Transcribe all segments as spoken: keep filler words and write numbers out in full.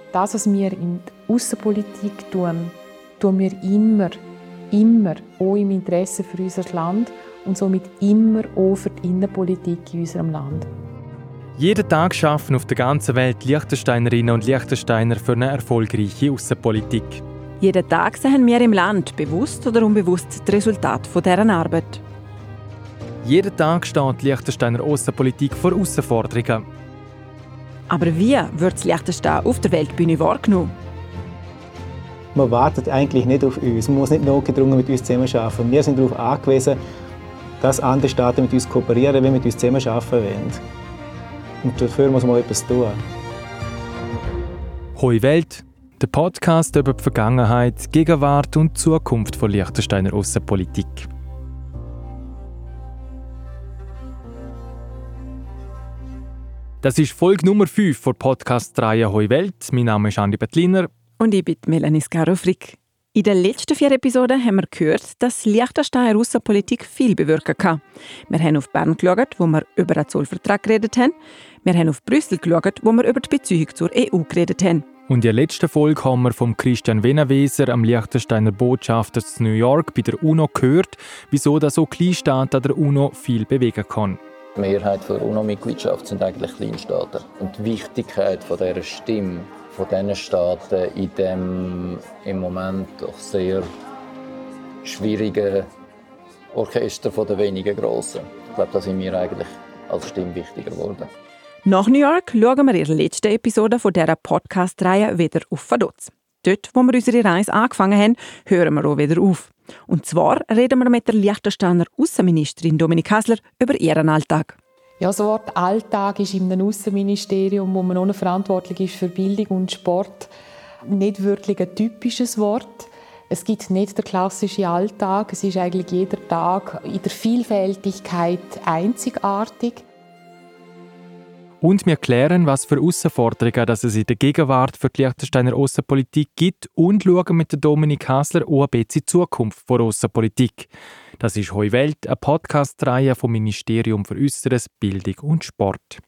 Das, was wir in der Aussenpolitik tun, tun wir immer, immer auch im Interesse für unser Land und somit immer auch für die Innenpolitik in unserem Land. Jeden Tag arbeiten auf der ganzen Welt Liechtensteinerinnen und Liechtensteiner für eine erfolgreiche Aussenpolitik. Jeden Tag sehen wir im Land, bewusst oder unbewusst, das Resultat dieser Arbeit. Jeden Tag steht die Liechtensteiner Aussenpolitik vor Herausforderungen. Aber wie wird das Liechtenstein auf der Weltbühne wahrgenommen? Man wartet eigentlich nicht auf uns. Man muss nicht notgedrungen mit uns zusammenarbeiten. Wir sind darauf angewiesen, dass andere Staaten mit uns kooperieren, wenn wir mit uns zusammenarbeiten wollen. Und dafür muss man etwas tun. Hoi Welt, der Podcast über die Vergangenheit, Gegenwart und Zukunft der Liechtensteiner Aussenpolitik. Das ist Folge Nummer fünf der Podcast-Reihe «Hoi Welt». Mein Name ist Andi Bettliner. Und ich bin Melanie Scaro-Frick. In den letzten vier Episoden haben wir gehört, dass Liechtenstein Aussenpolitik viel bewirken kann. Wir haben auf Bern geschaut, wo wir über den Zollvertrag geredet haben. Wir haben auf Brüssel geschaut, wo wir über die Beziehung zur E U geredet haben. Und in der letzten Folge haben wir von Christian Weneweser, am Liechtensteiner Botschafter in New York bei der UNO, gehört, wieso das so Kleinstaaten an der UNO viel bewegen kann. Die Mehrheit der UNO-Mitgliedschaft sind eigentlich Kleinstaaten. Und die Wichtigkeit von dieser Stimme von diesen Staaten in dem im Moment doch sehr schwierigen Orchester von den wenigen Grossen. Ich glaube, da sind wir eigentlich als Stimme wichtiger geworden. Nach New York schauen wir in der letzten Episode von dieser Podcast-Reihe wieder auf Vaduz. Dort, wo wir unsere Reise angefangen haben, hören wir auch wieder auf. Und zwar reden wir mit der Liechtensteiner Aussenministerin Dominik Hasler über ihren Alltag. Ja, das Wort Alltag ist in einem Aussenministerium, wo man auch verantwortlich ist für Bildung und Sport, nicht wirklich ein typisches Wort. Es gibt nicht den klassischen Alltag. Es ist eigentlich jeder Tag in der Vielfältigkeit einzigartig. Und wir klären, was für Herausforderungen dass es in der Gegenwart für die Liechtensteiner Aussenpolitik gibt und schauen mit der Dominik Hasler auch ein bisschen in die Zukunft der Aussenpolitik. Das ist «Hoi Welt», eine Podcast-Reihe vom Ministerium für Äußeres, Bildung und Sport.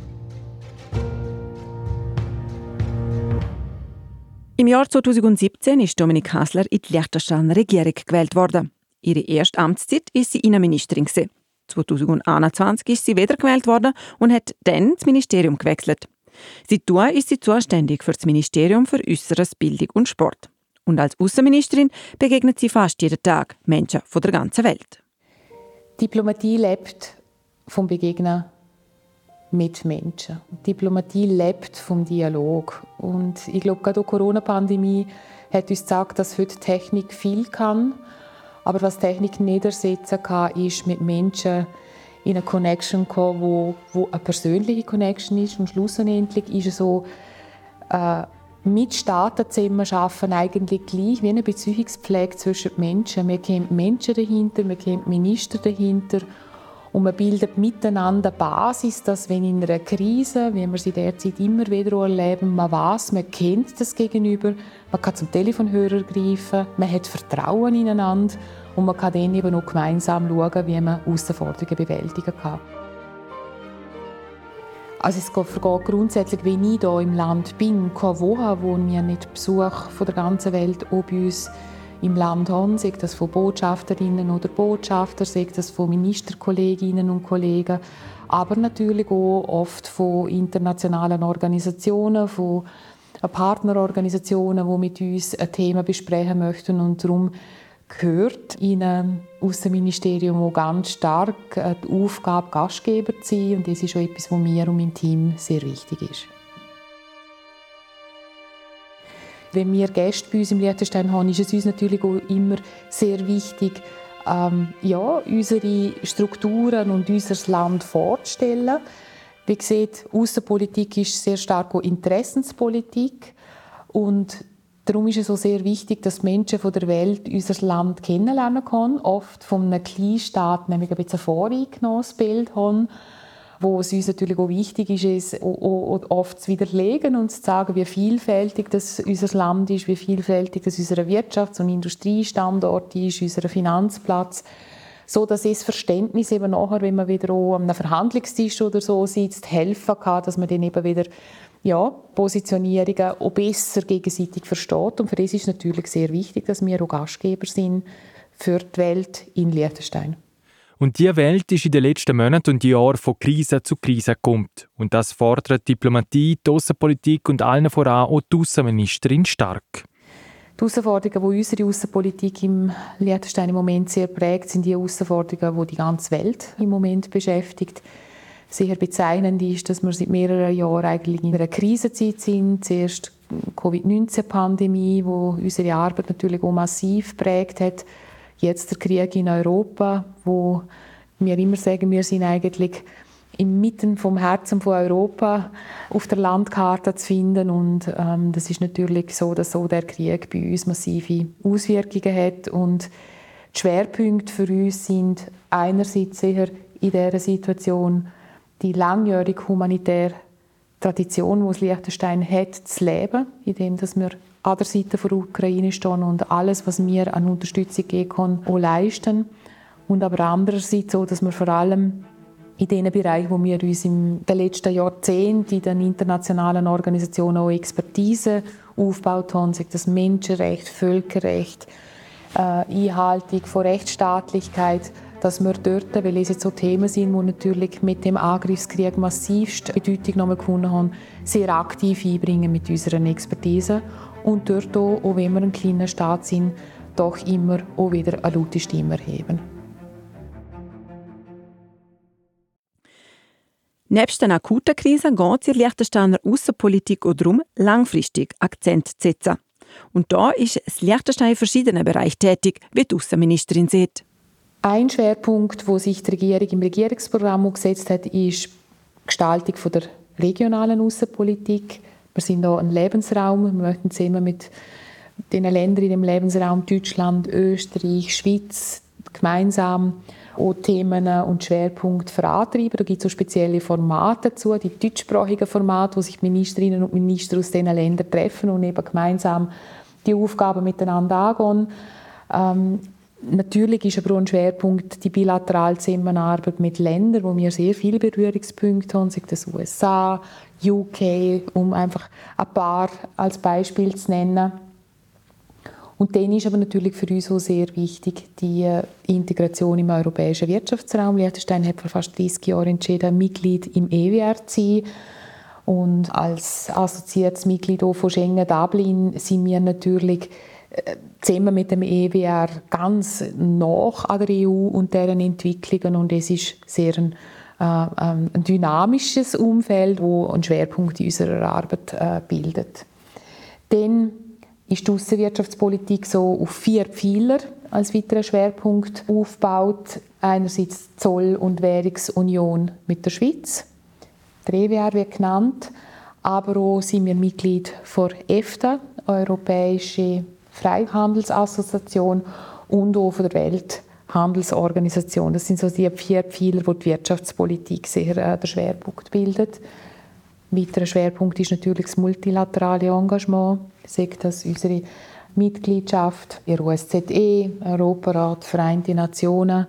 Im Jahr zweitausendsiebzehn ist Dominik Hasler in die Liechtensteiner Regierung gewählt worden. Ihre erste Amtszeit war sie Innenministerin. zweitausendeinundzwanzig ist sie wiedergewählt worden und hat dann das Ministerium gewechselt. Seitdem ist sie zuständig für das Ministerium für Äußeres, Bildung und Sport. Und als Aussenministerin begegnet sie fast jeden Tag Menschen von der ganzen Welt. Diplomatie lebt vom Begegnen mit Menschen. Diplomatie lebt vom Dialog. Und ich glaube, gerade die Corona-Pandemie hat uns gezeigt, dass heute Technik viel kann. Aber was Technik nicht ersetzen kann, ist mit Menschen in eine Connection kommen, wo, wo eine persönliche Connection ist. Und schlussendlich ist es so, äh, mit Staaten zusammenarbeiten eigentlich gleich wie eine Beziehungspflege zwischen den Menschen. Wir kennen Menschen dahinter, wir kennen Minister dahinter und man bildet miteinander eine Basis, dass wenn in einer Krise, wie wir sie derzeit immer wieder erleben, man weiß, man kennt das Gegenüber, man kann zum Telefonhörer greifen, man hat Vertrauen ineinander und man kann dann eben auch gemeinsam schauen, wie man Herausforderungen bewältigen kann. Also es vergeht grundsätzlich, wenn ich hier im Land bin, keine Woche, wo wir nicht Besuch von der ganzen Welt auch bei uns im Land haben, sei das von Botschafterinnen oder Botschaftern, sei das von Ministerkolleginnen und Kollegen, aber natürlich auch oft von internationalen Organisationen, von Partnerorganisationen, die mit uns ein Thema besprechen möchten. Und darum gehört in einem Aussenministerium auch ganz stark die Aufgabe, Gastgeber zu sein. Und das ist auch etwas, was mir und meinem Team sehr wichtig ist. Wenn wir Gäste bei uns im Liechtenstein haben, ist es uns natürlich auch immer sehr wichtig, ähm, ja, unsere Strukturen und unser Land vorzustellen. Wie gesagt, Aussenpolitik ist sehr stark auch Interessenspolitik. Und darum ist es auch sehr wichtig, dass Menschen von der Welt unser Land kennenlernen können, oft von einem Kleinstaat nämlich ein bisschen ein voreingenommenes Bild haben, wo es uns natürlich auch wichtig ist, es oft zu widerlegen und zu sagen, wie vielfältig das unser Land ist, wie vielfältig das unser Wirtschafts- und Industriestandort ist, unser Finanzplatz, so dass das Verständnis eben nachher, wenn man wieder auch an einem Verhandlungstisch oder so sitzt, helfen kann, dass man dann eben wieder ja, Positionierungen auch besser gegenseitig versteht. Und für das ist es natürlich sehr wichtig, dass wir auch Gastgeber sind für die Welt in Liechtenstein. Und diese Welt ist in den letzten Monaten und Jahren von Krise zu Krise gekommen. Und das fordert die Diplomatie, die Aussenpolitik und allen voran auch die Aussenministerin stark. Die Herausforderungen, die unsere Außenpolitik im Liechtenstein im Moment sehr prägt, sind die Herausforderungen, die die ganze Welt im Moment beschäftigt. Sehr bezeichnend ist, dass wir seit mehreren Jahren eigentlich in einer Krisenzeit sind. Zuerst die Covid neunzehn Pandemie, die unsere Arbeit natürlich auch massiv geprägt hat. Jetzt der Krieg in Europa, wo wir immer sagen, wir sind eigentlich inmitten vom Herzen von Europa auf der Landkarte zu finden. Und ähm, das ist natürlich so, dass so der Krieg bei uns massive Auswirkungen hat. Und die Schwerpunkte für uns sind einerseits sicher in dieser Situation die langjährige humanitäre Tradition, die das Liechtenstein hat, zu leben, indem wir an der Seite der Ukraine stehen und alles, was wir an Unterstützung geben können, auch leisten. Und aber andererseits so, dass wir vor allem in den Bereichen, wo wir uns in den letzten Jahrzehnten in den internationalen Organisationen auch Expertise aufgebaut haben, sei das Menschenrecht, Völkerrecht, äh, Einhaltung von Rechtsstaatlichkeit, dass wir dort, weil es jetzt so Themen sind, die natürlich mit dem Angriffskrieg massivst Bedeutung nochmal gewonnen haben, sehr aktiv einbringen mit unserer Expertise. Und dort auch, auch wenn wir ein kleiner Staat sind, doch immer auch wieder eine laute Stimme erheben. Nebst der akuten Krise geht es in der Liechtensteiner Aussenpolitik auch darum, langfristig Akzent zu setzen. Und da ist das Liechtenstein in verschiedenen Bereichen tätig, wie die Aussenministerin sieht. Ein Schwerpunkt, den sich die Regierung im Regierungsprogramm gesetzt hat, ist die Gestaltung der regionalen Aussenpolitik. Wir sind hier ein Lebensraum. Wir möchten zusammen mit den Ländern in dem Lebensraum Deutschland, Österreich, Schweiz gemeinsam auch Themen und Schwerpunkte vorantreiben. Da gibt es auch spezielle Formate dazu, die deutschsprachigen Formate, wo sich die Ministerinnen und Minister aus diesen Ländern treffen und eben gemeinsam die Aufgaben miteinander angehen. Ähm, Natürlich ist aber auch ein Schwerpunkt die bilaterale Zusammenarbeit mit Ländern, wo wir sehr viele Berührungspunkte haben, sei das U S A, U K, um einfach ein paar als Beispiel zu nennen. Und dann ist aber natürlich für uns auch sehr wichtig die Integration im europäischen Wirtschaftsraum. Liechtenstein hat vor fast dreißig Jahren entschieden, Mitglied im E W R zu sein. Und als assoziiertes Mitglied von Schengen Dublin sind wir natürlich zusammen mit dem E W R ganz nach an der E U und deren Entwicklungen. Und es ist sehr ein, äh, ein dynamisches Umfeld, das einen Schwerpunkt in unserer Arbeit äh, bildet. Dann ist die Aussenwirtschaftspolitik so auf vier Pfeiler als weiterer Schwerpunkt aufgebaut. Einerseits die Zoll- und Währungsunion mit der Schweiz. Der E W R wird genannt. Aber auch sind wir Mitglied der EFTA, Europäische Freihandelsassoziation, und auch von der Welthandelsorganisation. Das sind so die vier Pfeiler, wo die Wirtschaftspolitik sehr äh, der Schwerpunkt bildet. Ein weiterer Schwerpunkt ist natürlich das multilaterale Engagement. Sagt das unsere Mitgliedschaft in der O S Z E, Europarat, Vereinten Nationen.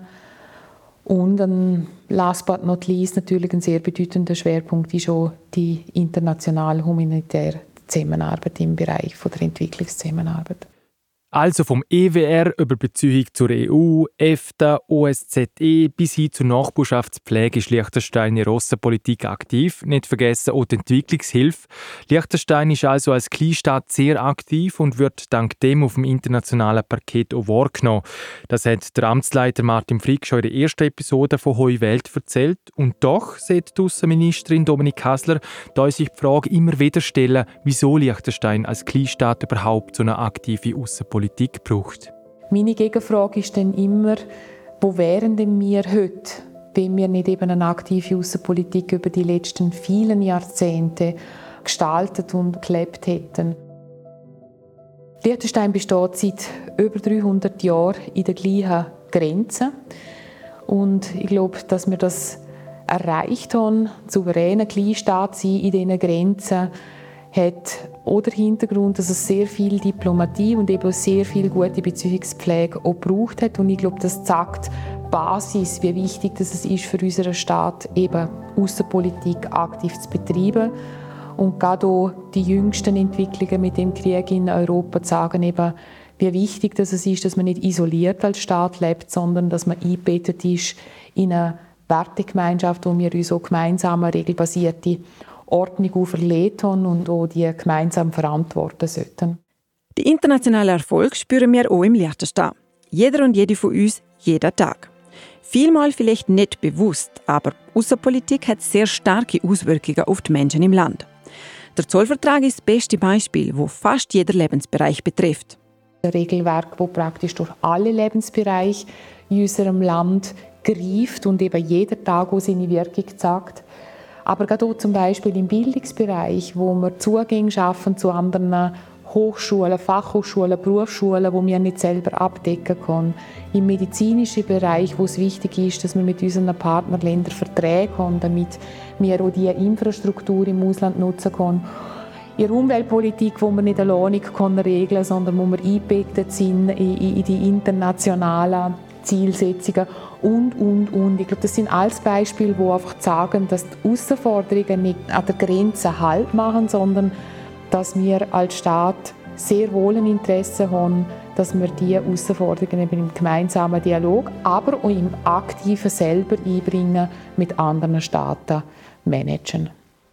Und ein, last but not least, natürlich ein sehr bedeutender Schwerpunkt ist auch die internationale humanitäre Zusammenarbeit im Bereich von der Entwicklungszusammenarbeit. Also vom E W R über Beziehung zur E U, EFTA, O S Z E bis hin zur Nachbarschaftspflege ist Liechtenstein in der Aussenpolitik aktiv. Nicht vergessen auch die Entwicklungshilfe. Liechtenstein ist also als Kleinstaat sehr aktiv und wird dank dem auf dem internationalen Parkett auch wahrgenommen. Das hat der Amtsleiter Martin Frick schon in der ersten Episode von «Hoi Welt» erzählt. Und doch, sagt die Aussenministerin Dominik Hasler, da sich die Frage immer wieder stellen, wieso Liechtenstein als Kleinstaat überhaupt so eine aktive Aussenpolitik Politik braucht. Meine Gegenfrage ist dann immer, wo wären denn wir heute, wenn wir nicht eben eine aktive Aussenpolitik über die letzten vielen Jahrzehnte gestaltet und gelebt hätten. Liechtenstein besteht seit über dreihundert Jahren in der gleichen Grenze. Und ich glaube, dass wir das erreicht haben, souveräner Kleinstaat sein in diesen Grenzen, hat auch den Hintergrund, dass es sehr viel Diplomatie und eben sehr viel gute Beziehungspflege auch gebraucht hat. Und ich glaube, das zeigt Basis, wie wichtig das es ist für unseren Staat, eben Außenpolitik aktiv zu betreiben. Und gerade auch die jüngsten Entwicklungen mit dem Krieg in Europa zeigen eben, wie wichtig das es ist, dass man nicht isoliert als Staat lebt, sondern dass man eingebettet ist in eine Wertegemeinschaft, wo wir uns auch gemeinsam eine regelbasierte Ordnung auferlegt haben und auch die gemeinsam verantworten sollten. Die internationalen Erfolge spüren wir auch im Liechtenstein. Jeder und jede von uns, jeden Tag. Vielmal vielleicht nicht bewusst, aber Außenpolitik hat sehr starke Auswirkungen auf die Menschen im Land. Der Zollvertrag ist das beste Beispiel, das fast jeder Lebensbereich betrifft. Ein Regelwerk, das praktisch durch alle Lebensbereiche in unserem Land greift und eben jeden Tag auch seine Wirkung zeigt. Aber gerade auch zum Beispiel im Bildungsbereich, wo wir Zugänge schaffen zu anderen Hochschulen, Fachhochschulen, Berufsschulen, die wir nicht selber abdecken können. Im medizinischen Bereich, wo es wichtig ist, dass wir mit unseren Partnerländern Verträge haben, damit wir auch diese Infrastruktur im Ausland nutzen können. In der Umweltpolitik, wo wir nicht alleine regeln können, sondern wo wir eingebettet sind in, in die internationalen Zielsetzungen und, und, und. Ich glaube, das sind alles Beispiele, die einfach zeigen, dass die Herausforderungen nicht an der Grenze Halt machen, sondern dass wir als Staat sehr wohl ein Interesse haben, dass wir diese Herausforderungen im gemeinsamen Dialog, aber auch im aktiven selber einbringen mit anderen Staaten managen.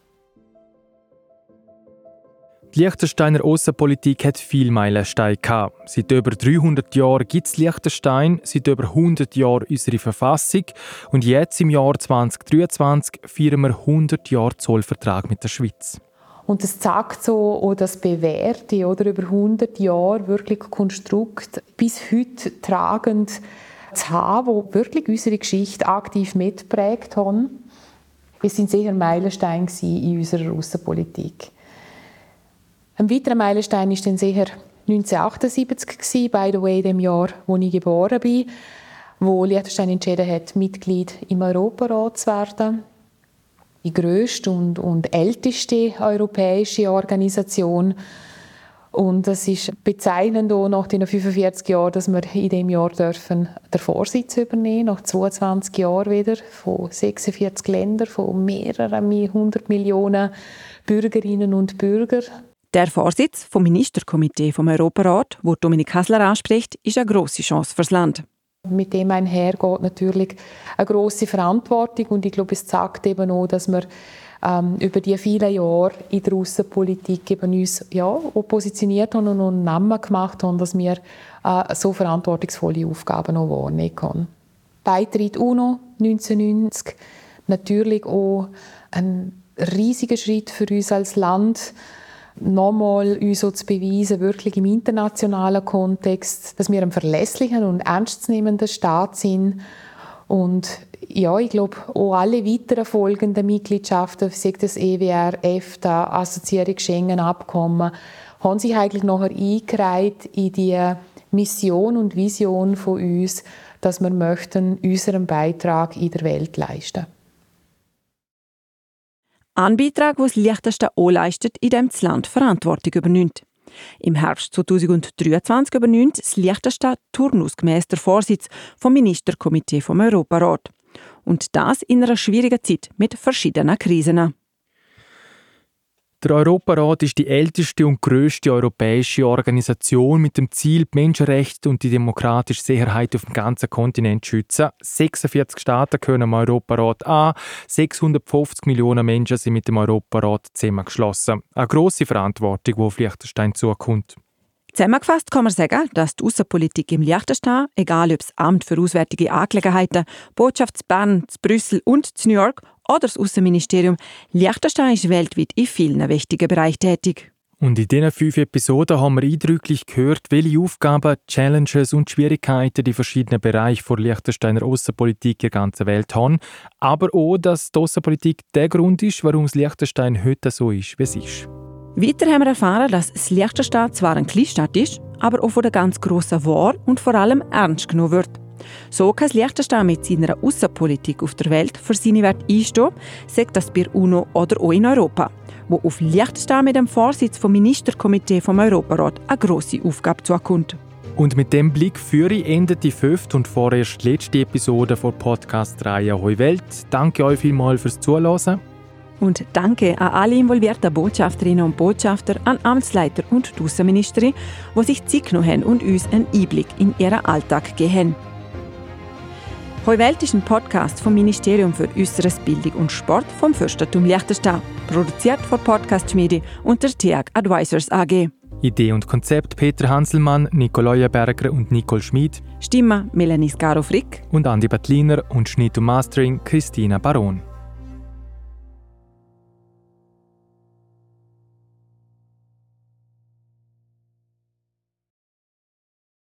Die Liechtensteiner Aussenpolitik hat viele Meilensteine gehabt. Seit über dreihundert Jahren gibt es Liechtenstein, seit über hundert Jahren unsere Verfassung und jetzt im Jahr zwanzig dreiundzwanzig feiern wir hundert Jahre Zollvertrag mit der Schweiz. Und das zeigt so auch das Bewährte, oder über hundert Jahre wirklich Konstrukt bis heute tragend zu haben, wo wirklich unsere Geschichte aktiv mitgeprägt haben. Es sind sicher Meilensteine in unserer Außenpolitik. Ein weiterer Meilenstein war dann sicher neunzehnhundertachtundsiebzig, by the way, dem Jahr, wo ich geboren bin, wo Liechtenstein entschieden hat, Mitglied im Europarat zu werden. Die grösste und, und älteste europäische Organisation. Und es ist bezeichnend auch nach den fünfundvierzig Jahren, dass wir in diesem Jahr dürfen den Vorsitz übernehmen, nach zweiundzwanzig Jahren wieder, von sechsundvierzig Ländern, von mehreren hundert Millionen Bürgerinnen und Bürgern. Der Vorsitz vom Ministerkomitee vom Europarat, wo Dominik Hasler anspricht, ist eine grosse Chance fürs Land. Mit dem einhergeht natürlich eine grosse Verantwortung und ich glaube, es zeigt eben auch, dass wir ähm, über die vielen Jahre in der Aussenpolitik eben uns ja, auch positioniert haben und einen Namen gemacht haben, dass wir äh, so verantwortungsvolle Aufgaben auch wahrnehmen können. Beitritt UNO neunzehnhundertneunzig, natürlich auch ein riesiger Schritt für uns als Land, nochmal uns so zu beweisen, wirklich im internationalen Kontext, dass wir ein verlässlicher und ernstzunehmender Staat sind. Und ja, ich glaube, auch alle weiteren folgenden Mitgliedschaften, sei das E W R, EFTA, Assoziierung Schengen-Abkommen, haben sich eigentlich nachher eingereiht in die Mission und Vision von uns, dass wir möchten unseren Beitrag in der Welt leisten. Ein Beitrag, den das Liechtenstein auch leistet, indem das Land Verantwortung übernimmt. Im Herbst zweitausenddreiundzwanzig übernimmt das Liechtenstein turnusgemäss den Vorsitz vom Ministerkomitee vom Europarat. Und das in einer schwierigen Zeit mit verschiedenen Krisen. Der Europarat ist die älteste und grösste europäische Organisation mit dem Ziel, die Menschenrechte und die demokratische Sicherheit auf dem ganzen Kontinent zu schützen. sechsundvierzig Staaten gehören dem Europarat an. sechshundertfünfzig Millionen Menschen sind mit dem Europarat zusammengeschlossen. Eine grosse Verantwortung, die auf Liechtenstein zukommt. Zusammengefasst kann man sagen, dass die Aussenpolitik im Liechtenstein, egal ob das Amt für Auswärtige Angelegenheiten, Botschaft zu Bern, zu Brüssel und zu New York oder das Aussenministerium, Liechtenstein ist weltweit in vielen wichtigen Bereichen tätig. Und in diesen fünf Episoden haben wir eindrücklich gehört, welche Aufgaben, Challenges und Schwierigkeiten die verschiedenen Bereiche der Liechtensteiner Aussenpolitik in der ganzen Welt haben. Aber auch, dass die Aussenpolitik der Grund ist, warum das Liechtenstein heute so ist, wie es ist. Weiter haben wir erfahren, dass das Liechtenstein zwar ein Kleinstaat ist, aber auch von der ganz grossen Wahr und vor allem ernst genommen wird. So kann das Liechtenstein mit seiner Aussenpolitik auf der Welt für seine Werte einstehen, sei das bei UNO oder auch in Europa, wo auf Liechtenstein mit dem Vorsitz vom Ministerkomitee vom Europarat eine grosse Aufgabe zukommt. Und mit dem Blick für ich endet die fünfte und vorerst letzte Episode der Podcast-Reihe «Hoi Welt». Danke euch vielmals fürs Zuhören. Und danke an alle involvierten Botschafterinnen und Botschafter, an Amtsleiter und die Aussenministerin, die sich Zeit genommen haben und uns einen Einblick in ihren Alltag gegeben haben. «Hoi Welt» ist ein Podcast vom Ministerium für Äusseres, Bildung und Sport vom Fürstentum Liechtenstein, produziert von Podcast Schmiede und der T E A G Advisors A G. Idee und Konzept Peter Hanselmann, Nicole Berger und Nicole Schmid. Stimme Melanie Scaro-Frick und Andi Battliner und Schnitt und Mastering Christina Baron.